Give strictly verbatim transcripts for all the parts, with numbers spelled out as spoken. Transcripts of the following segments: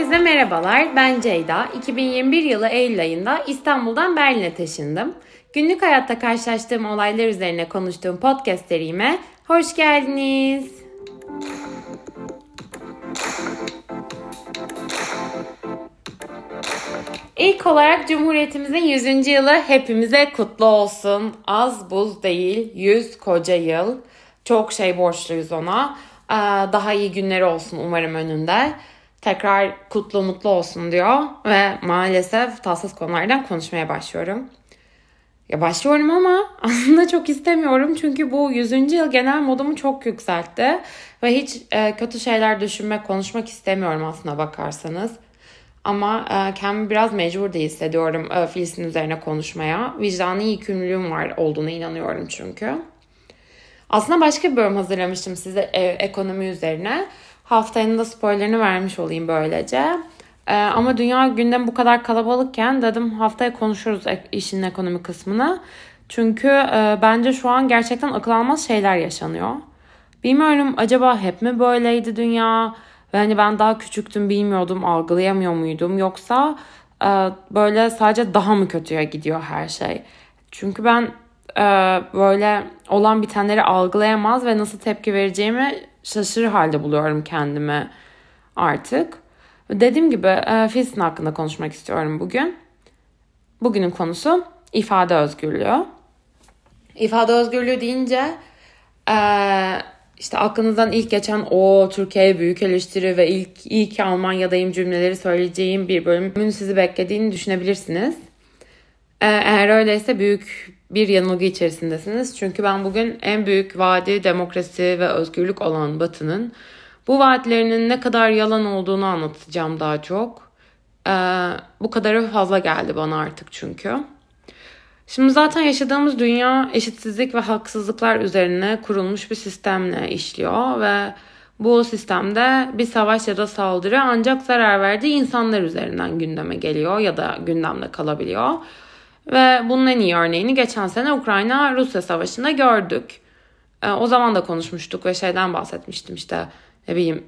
Herkese merhabalar, ben Ceyda. iki bin yirmi bir yılı Eylül ayında İstanbul'dan Berlin'e taşındım. Günlük hayatta karşılaştığım olaylar üzerine konuştuğum podcast serime hoş geldiniz. İlk olarak Cumhuriyetimizin yüzüncü yılı hepimize kutlu olsun. Az buz değil, yüz koca yıl. Çok şey borçluyuz ona. Daha iyi günleri olsun umarım önünde. Tekrar kutlu mutlu olsun diyor ve maalesef tatsız konulardan konuşmaya başlıyorum. Ya başlıyorum ama aslında çok istemiyorum çünkü bu yüzüncü yıl genel modumu çok yükseltti ve hiç e, kötü şeyler düşünmek, konuşmak istemiyorum aslına bakarsanız. Ama e, kendimi biraz mecbur da hissediyorum e, Filistin üzerine konuşmaya. Vicdani yükümlülüğüm var olduğuna inanıyorum çünkü. Aslında başka bir bölüm hazırlamıştım size e, ekonomi üzerine. Haftayının da spoilerını vermiş olayım böylece. Ee, ama dünya gündemi bu kadar kalabalıkken dedim haftaya konuşuruz işin ekonomi kısmını. Çünkü e, bence şu an gerçekten akıl almaz şeyler yaşanıyor. Bilmiyorum acaba hep mi böyleydi dünya? Ve hani ben daha küçüktüm bilmiyordum, algılayamıyor muydum? Yoksa e, böyle sadece daha mı kötüye gidiyor her şey? Çünkü ben e, böyle olan bitenleri algılayamaz ve nasıl tepki vereceğimi şaşırır halde buluyorum kendimi artık. Dediğim gibi e, Filistin hakkında konuşmak istiyorum bugün. Bugünün konusu ifade özgürlüğü. İfade özgürlüğü deyince e, işte aklınızdan ilk geçen o Türkiye'ye büyük eleştiri ve ilk iyi ki Almanya'dayım cümleleri söyleyeceğim bir bölümün sizi beklediğini düşünebilirsiniz. E, eğer öyleyse büyük bir yanılgı içerisindesiniz. Çünkü ben bugün en büyük vaadi demokrasi ve özgürlük olan Batı'nın bu vaatlerinin ne kadar yalan olduğunu anlatacağım daha çok. Ee, bu kadarı fazla geldi bana artık çünkü. Şimdi zaten yaşadığımız dünya eşitsizlik ve haksızlıklar üzerine kurulmuş bir sistemle işliyor ve bu sistemde bir savaş ya da saldırı ancak zarar verdiği insanlar üzerinden gündeme geliyor ya da gündemde kalabiliyor. Ve bunun en iyi örneğini geçen sene Ukrayna-Rusya savaşında gördük. Ee, o zaman da konuşmuştuk ve şeyden bahsetmiştim işte ne bileyim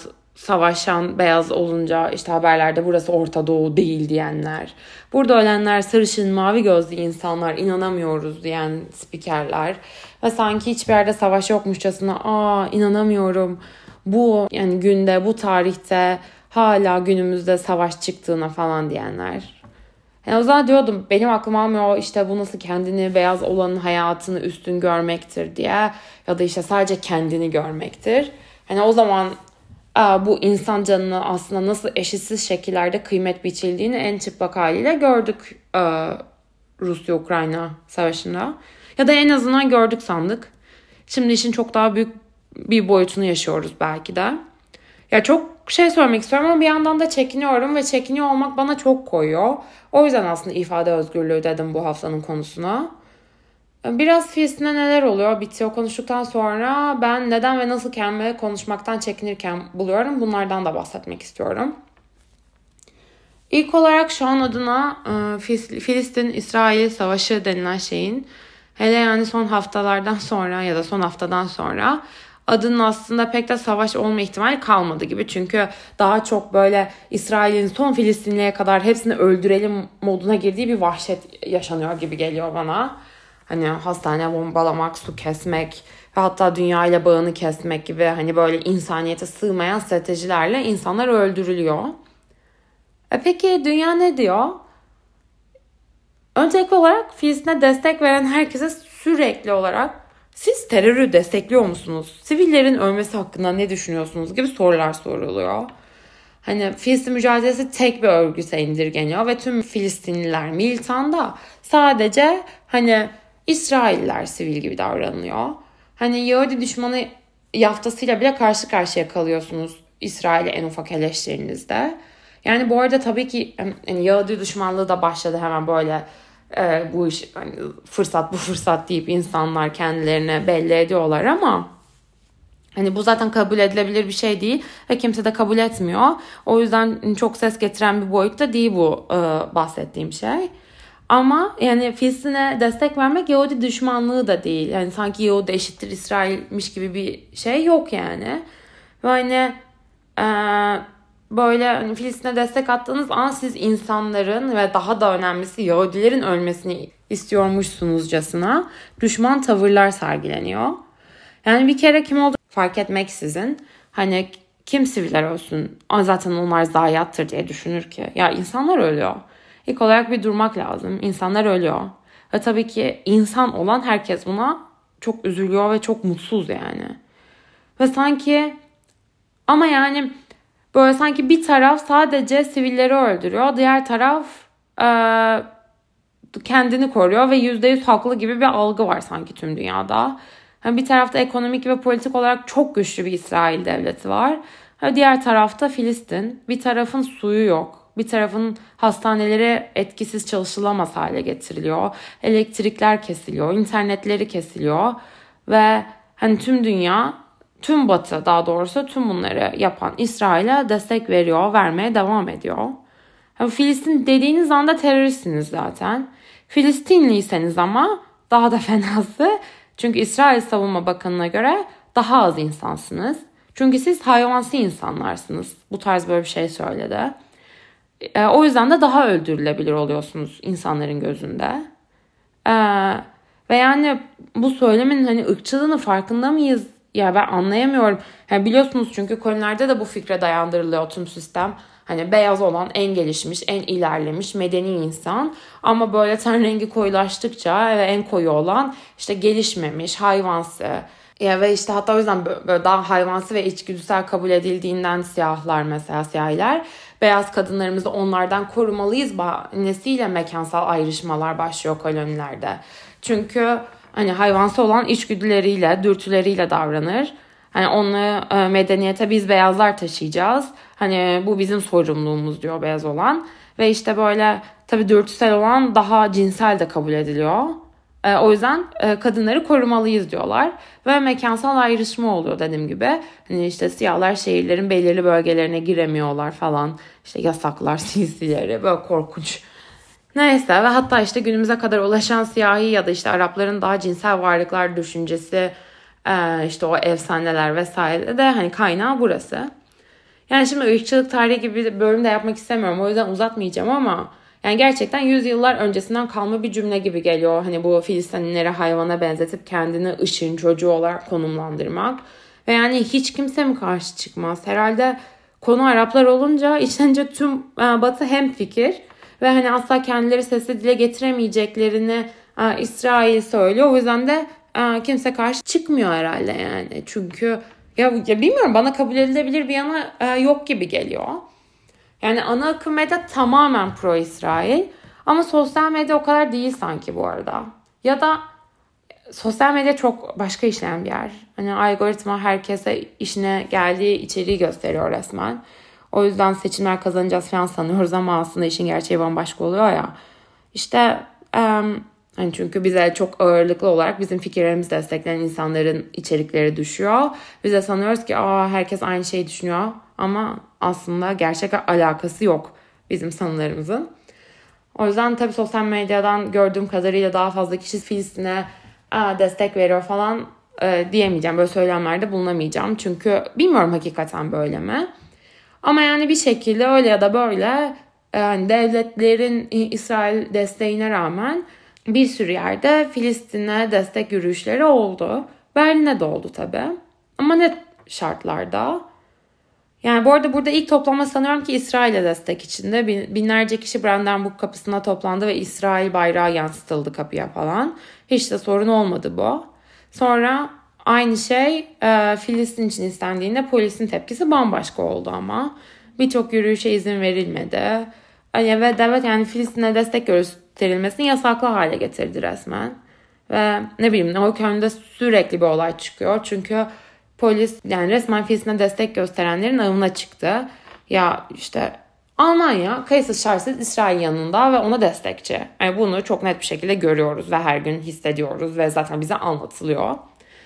savaşan beyaz olunca işte haberlerde burası Orta Doğu değil diyenler. Burada ölenler sarışın mavi gözlü insanlar inanamıyoruz diyen spikerler. Ve sanki hiçbir yerde savaş yokmuşçasına aa inanamıyorum bu yani günde bu tarihte hala günümüzde savaş çıktığına falan diyenler. Yani o zaman diyordum benim aklım almıyor işte bu nasıl kendini beyaz olanın hayatını üstün görmektir diye ya da işte sadece kendini görmektir. Hani o zaman bu insan canını aslında nasıl eşitsiz şekillerde kıymet biçildiğini en çıplak haliyle gördük Rusya-Ukrayna savaşında. Ya da en azından gördük sandık. Şimdi işin çok daha büyük bir boyutunu yaşıyoruz belki de. Ya çok şey söylemek istiyorum ama bir yandan da çekiniyorum ve çekiniyor olmak bana çok koyuyor. O yüzden aslında ifade özgürlüğü dedim bu haftanın konusuna. Biraz Filistin'de neler oluyor bitiyor konuştuktan sonra ben neden ve nasıl kendime konuşmaktan çekinirken buluyorum. Bunlardan da bahsetmek istiyorum. İlk olarak şu an adına Filistin-İsrail savaşı denilen şeyin hele yani son haftalardan sonra ya da son haftadan sonra adının aslında pek de savaş olma ihtimali kalmadı gibi. Çünkü daha çok böyle İsrail'in son Filistinli'ye kadar hepsini öldürelim moduna girdiği bir vahşet yaşanıyor gibi geliyor bana. Hani hastane bombalamak, su kesmek ve hatta dünya ile bağını kesmek gibi hani böyle insaniyete sığmayan stratejilerle insanlar öldürülüyor. E peki dünya ne diyor? Öncelikli olarak Filistin'e destek veren herkese sürekli olarak siz terörü destekliyor musunuz? Sivillerin ölmesi hakkında ne düşünüyorsunuz gibi sorular soruluyor. Hani Filistin mücadelesi tek bir örgüte indirgeniyor ve tüm Filistinliler militan da sadece hani İsrailler sivil gibi davranılıyor. Hani Yahudi düşmanı yaftasıyla bile karşı karşıya kalıyorsunuz İsrail'e en ufak eleştirinizde. Yani bu arada tabii ki yani Yahudi düşmanlığı da başladı hemen böyle e, bu iş hani fırsat bu fırsat deyip insanlar kendilerine belli ediyorlar ama hani bu zaten kabul edilebilir bir şey değil ve kimse de kabul etmiyor. O yüzden çok ses getiren bir boyutta değil bu e, bahsettiğim şey. Ama yani Filistin'e destek vermek Yahudi düşmanlığı da değil. Yani sanki Yahudi eşittir İsrail'miş gibi bir şey yok yani. Ve hani e, böyle hani Filistin'e destek attığınız an siz insanların ve daha da önemlisi Yahudilerin ölmesini istiyormuşsunuzcasına düşman tavırlar sergileniyor. Yani bir kere kim olduğunu fark etmeksizin hani kim siviller ölsün, zaten onlar zayiattır diye düşünür ki. Ya insanlar ölüyor. İlk olarak bir durmak lazım. İnsanlar ölüyor. Ve tabii ki insan olan herkes buna çok üzülüyor ve çok mutsuz yani. Ve sanki ama yani böyle sanki bir taraf sadece sivilleri öldürüyor. Diğer taraf e, kendini koruyor ve yüzde yüz haklı gibi bir algı var sanki tüm dünyada. Yani bir tarafta ekonomik ve politik olarak çok güçlü bir İsrail devleti var. Diğer tarafta Filistin. Bir tarafın suyu yok. Bir tarafın hastaneleri etkisiz çalışılamaz hale getiriliyor. Elektrikler kesiliyor, internetleri kesiliyor ve hani tüm dünya, tüm Batı daha doğrusu tüm bunları yapan İsrail'e destek veriyor, vermeye devam ediyor. Yani Filistin dediğiniz anda teröristsiniz zaten. Filistinliyseniz ama daha da fenası. Çünkü İsrail Savunma Bakanı'na göre daha az insansınız. Çünkü siz hayvansı insanlarsınız. Bu tarz böyle bir şey söyledi. E, o yüzden de daha öldürülebilir oluyorsunuz insanların gözünde. E, ve yani bu söylemin hani ırkçılığının farkında mıyız? Ya ben anlayamıyorum. Yani biliyorsunuz çünkü kolonilerde de bu fikre dayandırılıyor tüm sistem. Hani beyaz olan en gelişmiş, en ilerlemiş, medeni insan. Ama böyle ten rengi koyulaştıkça ve en koyu olan işte gelişmemiş, hayvansı. Ya ve işte hatta o yüzden böyle daha hayvansı ve içgüdüsel kabul edildiğinden siyahlar mesela siyahiler. Beyaz kadınlarımızı onlardan korumalıyız bahanesiyle mekansal ayrışmalar başlıyor kolonilerde. Çünkü hani hayvansı olan içgüdüleriyle, dürtüleriyle davranır. Hani onu medeniyete biz beyazlar taşıyacağız. Hani bu bizim sorumluluğumuz diyor beyaz olan. Ve işte böyle tabii dürtüsel olan daha cinsel de kabul ediliyor. E, o yüzden e, kadınları korumalıyız diyorlar. Ve mekansal ayrışma oluyor dediğim gibi. Hani işte siyahlar şehirlerin belirli bölgelerine giremiyorlar falan. İşte yasaklar, silsileri böyle korkunç. Neyse ve hatta işte günümüze kadar ulaşan siyahi ya da işte Arapların daha cinsel varlıklar düşüncesi, e, işte o efsaneler vesaire de hani kaynağı burası. Yani şimdi ırkçılık tarihi gibi bir bölüm de yapmak istemiyorum. O yüzden uzatmayacağım ama yani gerçekten yüzyıllar öncesinden kalma bir cümle gibi geliyor. Hani bu Filistinlileri hayvana benzetip kendini ışığın çocuğu olarak konumlandırmak. Ve yani hiç kimse mi karşı çıkmaz? Herhalde konu Araplar olunca içince tüm Batı hemfikir. Ve hani asla kendileri sesle dile getiremeyeceklerini İsrail söylüyor. O yüzden de kimse karşı çıkmıyor herhalde yani. Çünkü ya, ya bilmiyorum bana kabul edilebilir bir yana yok gibi geliyor. Yani ana akım medya tamamen pro-İsrail. Ama sosyal medya o kadar değil sanki bu arada. Ya da sosyal medya çok başka işleyen bir yer. Hani algoritma herkese işine geldiği içeriği gösteriyor resmen. O yüzden seçimler kazanacağız falan sanıyoruz ama aslında işin gerçeği bambaşka oluyor ya. İşte um, hani çünkü bize çok ağırlıklı olarak bizim fikirlerimizi destekleyen insanların içerikleri düşüyor. Biz de sanıyoruz ki aa herkes aynı şeyi düşünüyor ama aslında gerçek alakası yok bizim sanılarımızın. O yüzden tabii sosyal medyadan gördüğüm kadarıyla daha fazla kişi Filistin'e destek veriyor falan e, diyemeyeceğim. Böyle söylemlerde bulunamayacağım. Çünkü bilmiyorum hakikaten böyle mi? Ama yani bir şekilde öyle ya da böyle yani devletlerin İsrail desteğine rağmen bir sürü yerde Filistin'e destek yürüyüşleri oldu. Berlin'e de oldu tabii. Ama ne şartlarda? Yani bu arada burada ilk toplama sanıyorum ki İsrail'e destek içinde. Binlerce kişi Brandenburg kapısına toplandı ve İsrail bayrağı yansıtıldı kapıya falan. Hiç de sorun olmadı bu. Sonra aynı şey e, Filistin için istendiğinde polisin tepkisi bambaşka oldu ama. Birçok yürüyüşe izin verilmedi. Yani ve devlet yani Filistin'e destek gösterilmesini yasaklı hale getirdi resmen. Ve ne bileyim o konuda sürekli bir olay çıkıyor. Çünkü polis yani resmen Filistin'e destek gösterenlerin avına çıktı. Ya işte Almanya kayıtsız şartsız İsrail yanında ve ona destekçi. Yani bunu çok net bir şekilde görüyoruz ve her gün hissediyoruz ve zaten bize anlatılıyor.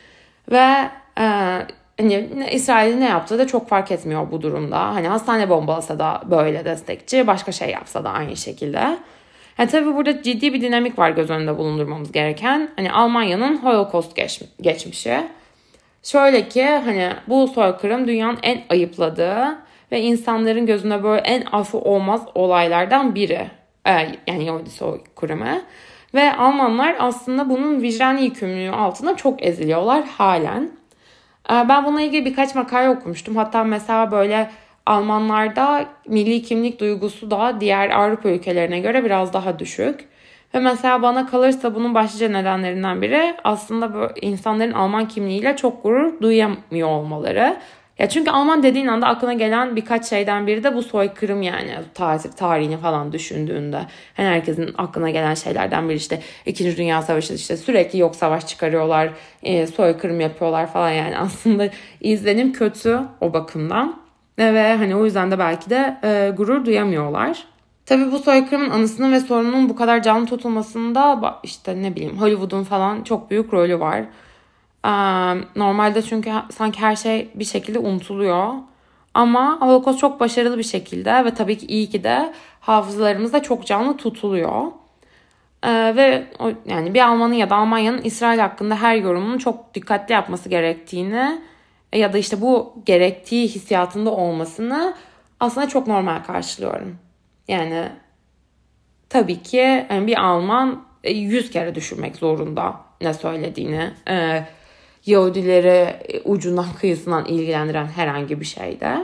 Ve e, hani İsrail'in ne yaptığı da çok fark etmiyor bu durumda. Hani hastane bombalasa da böyle destekçi, başka şey yapsa da aynı şekilde. Yani tabii burada ciddi bir dinamik var göz önünde bulundurmamız gereken. Hani Almanya'nın Holocaust geç, geçmişi. Şöyle ki hani bu soykırım dünyanın en ayıpladığı ve insanların gözünde böyle en affı olmaz olaylardan biri. Ee, yani Yahudi soykırımı. Ve Almanlar aslında bunun vicdani yükümlülüğü altında çok eziliyorlar halen. Ee, ben bununla ilgili birkaç makale okumuştum. Hatta mesela böyle Almanlarda milli kimlik duygusu da diğer Avrupa ülkelerine göre biraz daha düşük. Ve mesela bana kalırsa bunun başlıca nedenlerinden biri aslında bu insanların Alman kimliğiyle çok gurur duyamıyor olmaları. Ya çünkü Alman dediğin anda aklına gelen birkaç şeyden biri de bu soykırım yani tarih, tarihini falan düşündüğünde. Yani herkesin aklına gelen şeylerden biri işte İkinci Dünya Savaşı, işte sürekli yok savaş çıkarıyorlar, e, soykırım yapıyorlar falan, yani aslında izlenim kötü o bakımdan. Ve hani o yüzden de belki de e, gurur duyamıyorlar. Tabii bu soykırımın anısının ve sorunun bu kadar canlı tutulmasında işte ne bileyim Hollywood'un falan çok büyük rolü var. Ee, normalde çünkü sanki her şey bir şekilde unutuluyor. Ama Holocaust çok başarılı bir şekilde ve tabii ki iyi ki de hafızalarımızda çok canlı tutuluyor. Ee, ve o, yani bir Almanın ya da Almanya'nın İsrail hakkında her yorumunu çok dikkatli yapması gerektiğini ya da işte bu gerektiği hissiyatında olmasını aslında çok normal karşılıyorum. Yani tabii ki yani bir Alman yüz kere düşünmek zorunda ne söylediğini. Ee, Yahudileri ucundan kıyısından ilgilendiren herhangi bir şeyde.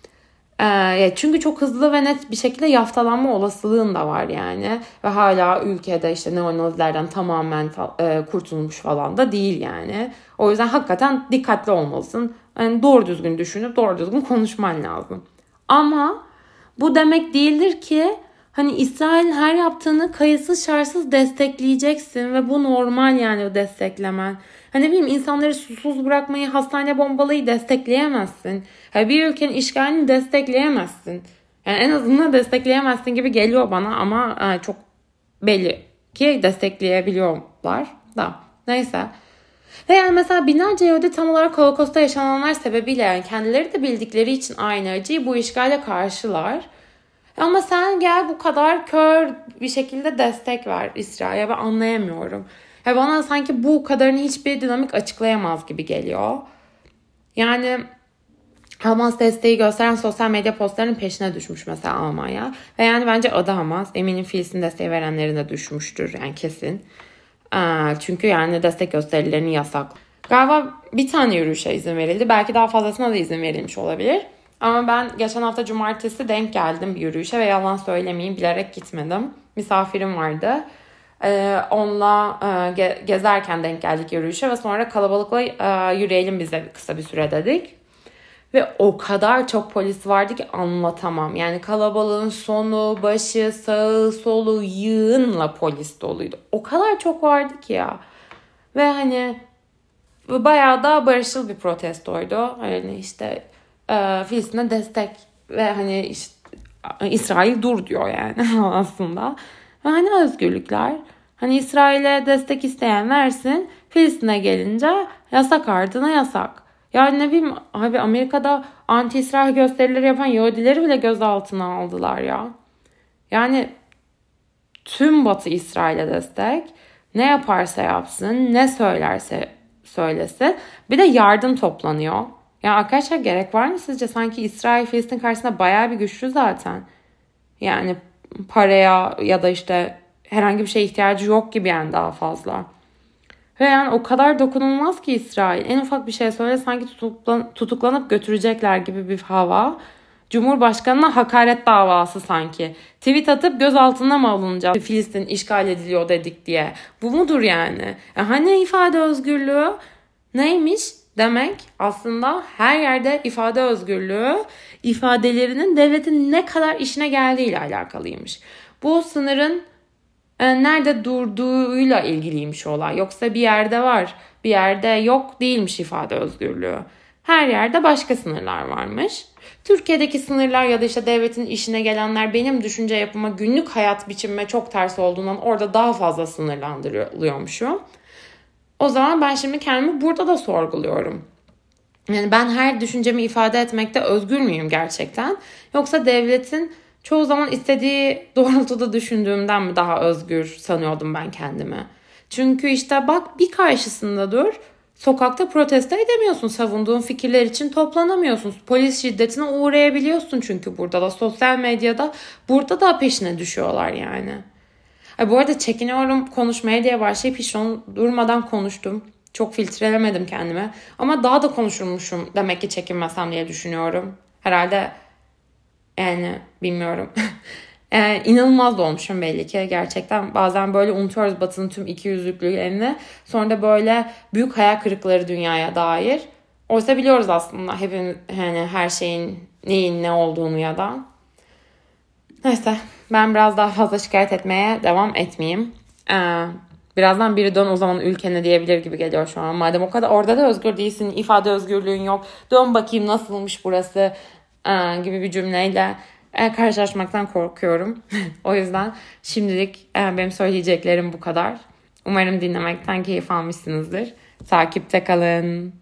Ee, çünkü çok hızlı ve net bir şekilde yaftalanma olasılığın da var yani. Ve hala ülkede işte neonazilerden tamamen e, kurtulmuş falan da değil yani. O yüzden hakikaten dikkatli olmalısın. Yani doğru düzgün düşünüp doğru düzgün konuşman lazım. Ama bu demek değildir ki hani İsrail'in her yaptığını kayıtsız şartsız destekleyeceksin ve bu normal yani o desteklemen. Hani bileyim insanları susuz bırakmayı, hastane bombalayı destekleyemezsin. Yani bir ülkenin işgalini destekleyemezsin. Yani en azından destekleyemezsin gibi geliyor bana ama çok belli ki destekleyebiliyorlar da. Neyse. Ve yani mesela binlerce Yahudi tam olarak Holocaust'ta yaşananlar sebebiyle yani kendileri de bildikleri için aynı acıyı bu işgale karşılar. Ama sen gel bu kadar kör bir şekilde destek ver İsrail'e, ben anlayamıyorum. Ya bana sanki bu kadarını hiçbir dinamik açıklayamaz gibi geliyor. Yani Hamas desteği gösteren sosyal medya postlarının peşine düşmüş mesela Almanya. Ve yani bence adı Hamas. Eminim Filistin desteği verenlerin de düşmüştür yani kesin. Çünkü yani destek gösterilerini yasak. Galiba bir tane yürüyüşe izin verildi. Belki daha fazlasına da izin verilmiş olabilir. Ama ben geçen hafta cumartesi denk geldim bir yürüyüşe ve yalan söylemeyeyim bilerek gitmedim. Misafirim vardı. Ee, onunla e, ge- gezerken denk geldik yürüyüşe ve sonra kalabalıkla e, yürüyelim bize kısa bir süre dedik. Ve o kadar çok polis vardı ki anlatamam. Yani kalabalığın sonu, başı, sağı, solu yığınla polis doluydu. O kadar çok vardı ki ya. Ve hani bayağı da barışçıl bir protestoydu. Hani işte e, Filistin'e destek ve hani işte İsrail dur diyor yani aslında. Ve hani özgürlükler. Hani İsrail'e destek isteyen versin. Filistin'e gelince yasak ardına yasak. Yani ne bileyim abi Amerika'da anti-İsrail gösterileri yapan Yahudileri bile gözaltına aldılar ya. Yani tüm Batı İsrail'e destek. Ne yaparsa yapsın, ne söylerse söylesin. Bir de yardım toplanıyor. Ya arkadaşlar gerek var mı sizce? Sanki İsrail Filistin karşısında bayağı bir güçlü zaten. Yani paraya ya da işte herhangi bir şeye ihtiyacı yok gibi yani daha fazla. Ve yani o kadar dokunulmaz ki İsrail. En ufak bir şey söyle sanki tutuklan, tutuklanıp götürecekler gibi bir hava. Cumhurbaşkanına hakaret davası sanki. Tweet atıp gözaltına mı alınacak? Filistin işgal ediliyor dedik diye. Bu mudur yani? E hani ifade özgürlüğü? Neymiş? Demek aslında her yerde ifade özgürlüğü ifadelerinin devletin ne kadar işine geldiğiyle alakalıymış. Bu sınırın nerede durduğuyla ilgiliymiş olay. Yoksa bir yerde var, bir yerde yok değilmiş ifade özgürlüğü. Her yerde başka sınırlar varmış. Türkiye'deki sınırlar ya da işte devletin işine gelenler benim düşünce yapıma, günlük hayat biçimime çok ters olduğundan orada daha fazla sınırlandırılıyormuşum. O zaman ben şimdi kendimi burada da sorguluyorum. Yani ben her düşüncemi ifade etmekte özgür müyüm gerçekten? Yoksa devletin çoğu zaman istediği doğrultuda düşündüğümden mi daha özgür sanıyordum ben kendimi? Çünkü işte bak bir karşısında dur, Sokakta protesto edemiyorsun. Savunduğun fikirler için toplanamıyorsun. Polis şiddetine uğrayabiliyorsun çünkü burada da. Sosyal medyada burada da peşine düşüyorlar yani. Ay, bu arada çekiniyorum konuşmaya diye başlayıp hiç onu durmadan konuştum. Çok filtrelemedim kendimi. Ama daha da konuşurmuşum demek ki çekinmesem diye düşünüyorum. Herhalde yani bilmiyorum. Yani inanılmaz da olmuşum belli ki. Gerçekten bazen böyle unutuyoruz Batı'nın tüm ikiyüzlülüklerini. Sonra da böyle büyük hayal kırıkları dünyaya dair. Oysa biliyoruz aslında hepimiz yani her şeyin neyin ne olduğunu ya da. Neyse ben biraz daha fazla şikayet etmeye devam etmeyeyim. Ee, birazdan biri dön o zaman ülkene diyebilir gibi geliyor şu an. Madem o kadar orada da özgür değilsin, ifade özgürlüğün yok. Dön bakayım nasılmış burası ee, gibi bir cümleyle e, karşılaşmaktan korkuyorum. O yüzden şimdilik e, benim söyleyeceklerim bu kadar. Umarım dinlemekten keyif almışsınızdır. Takipte kalın.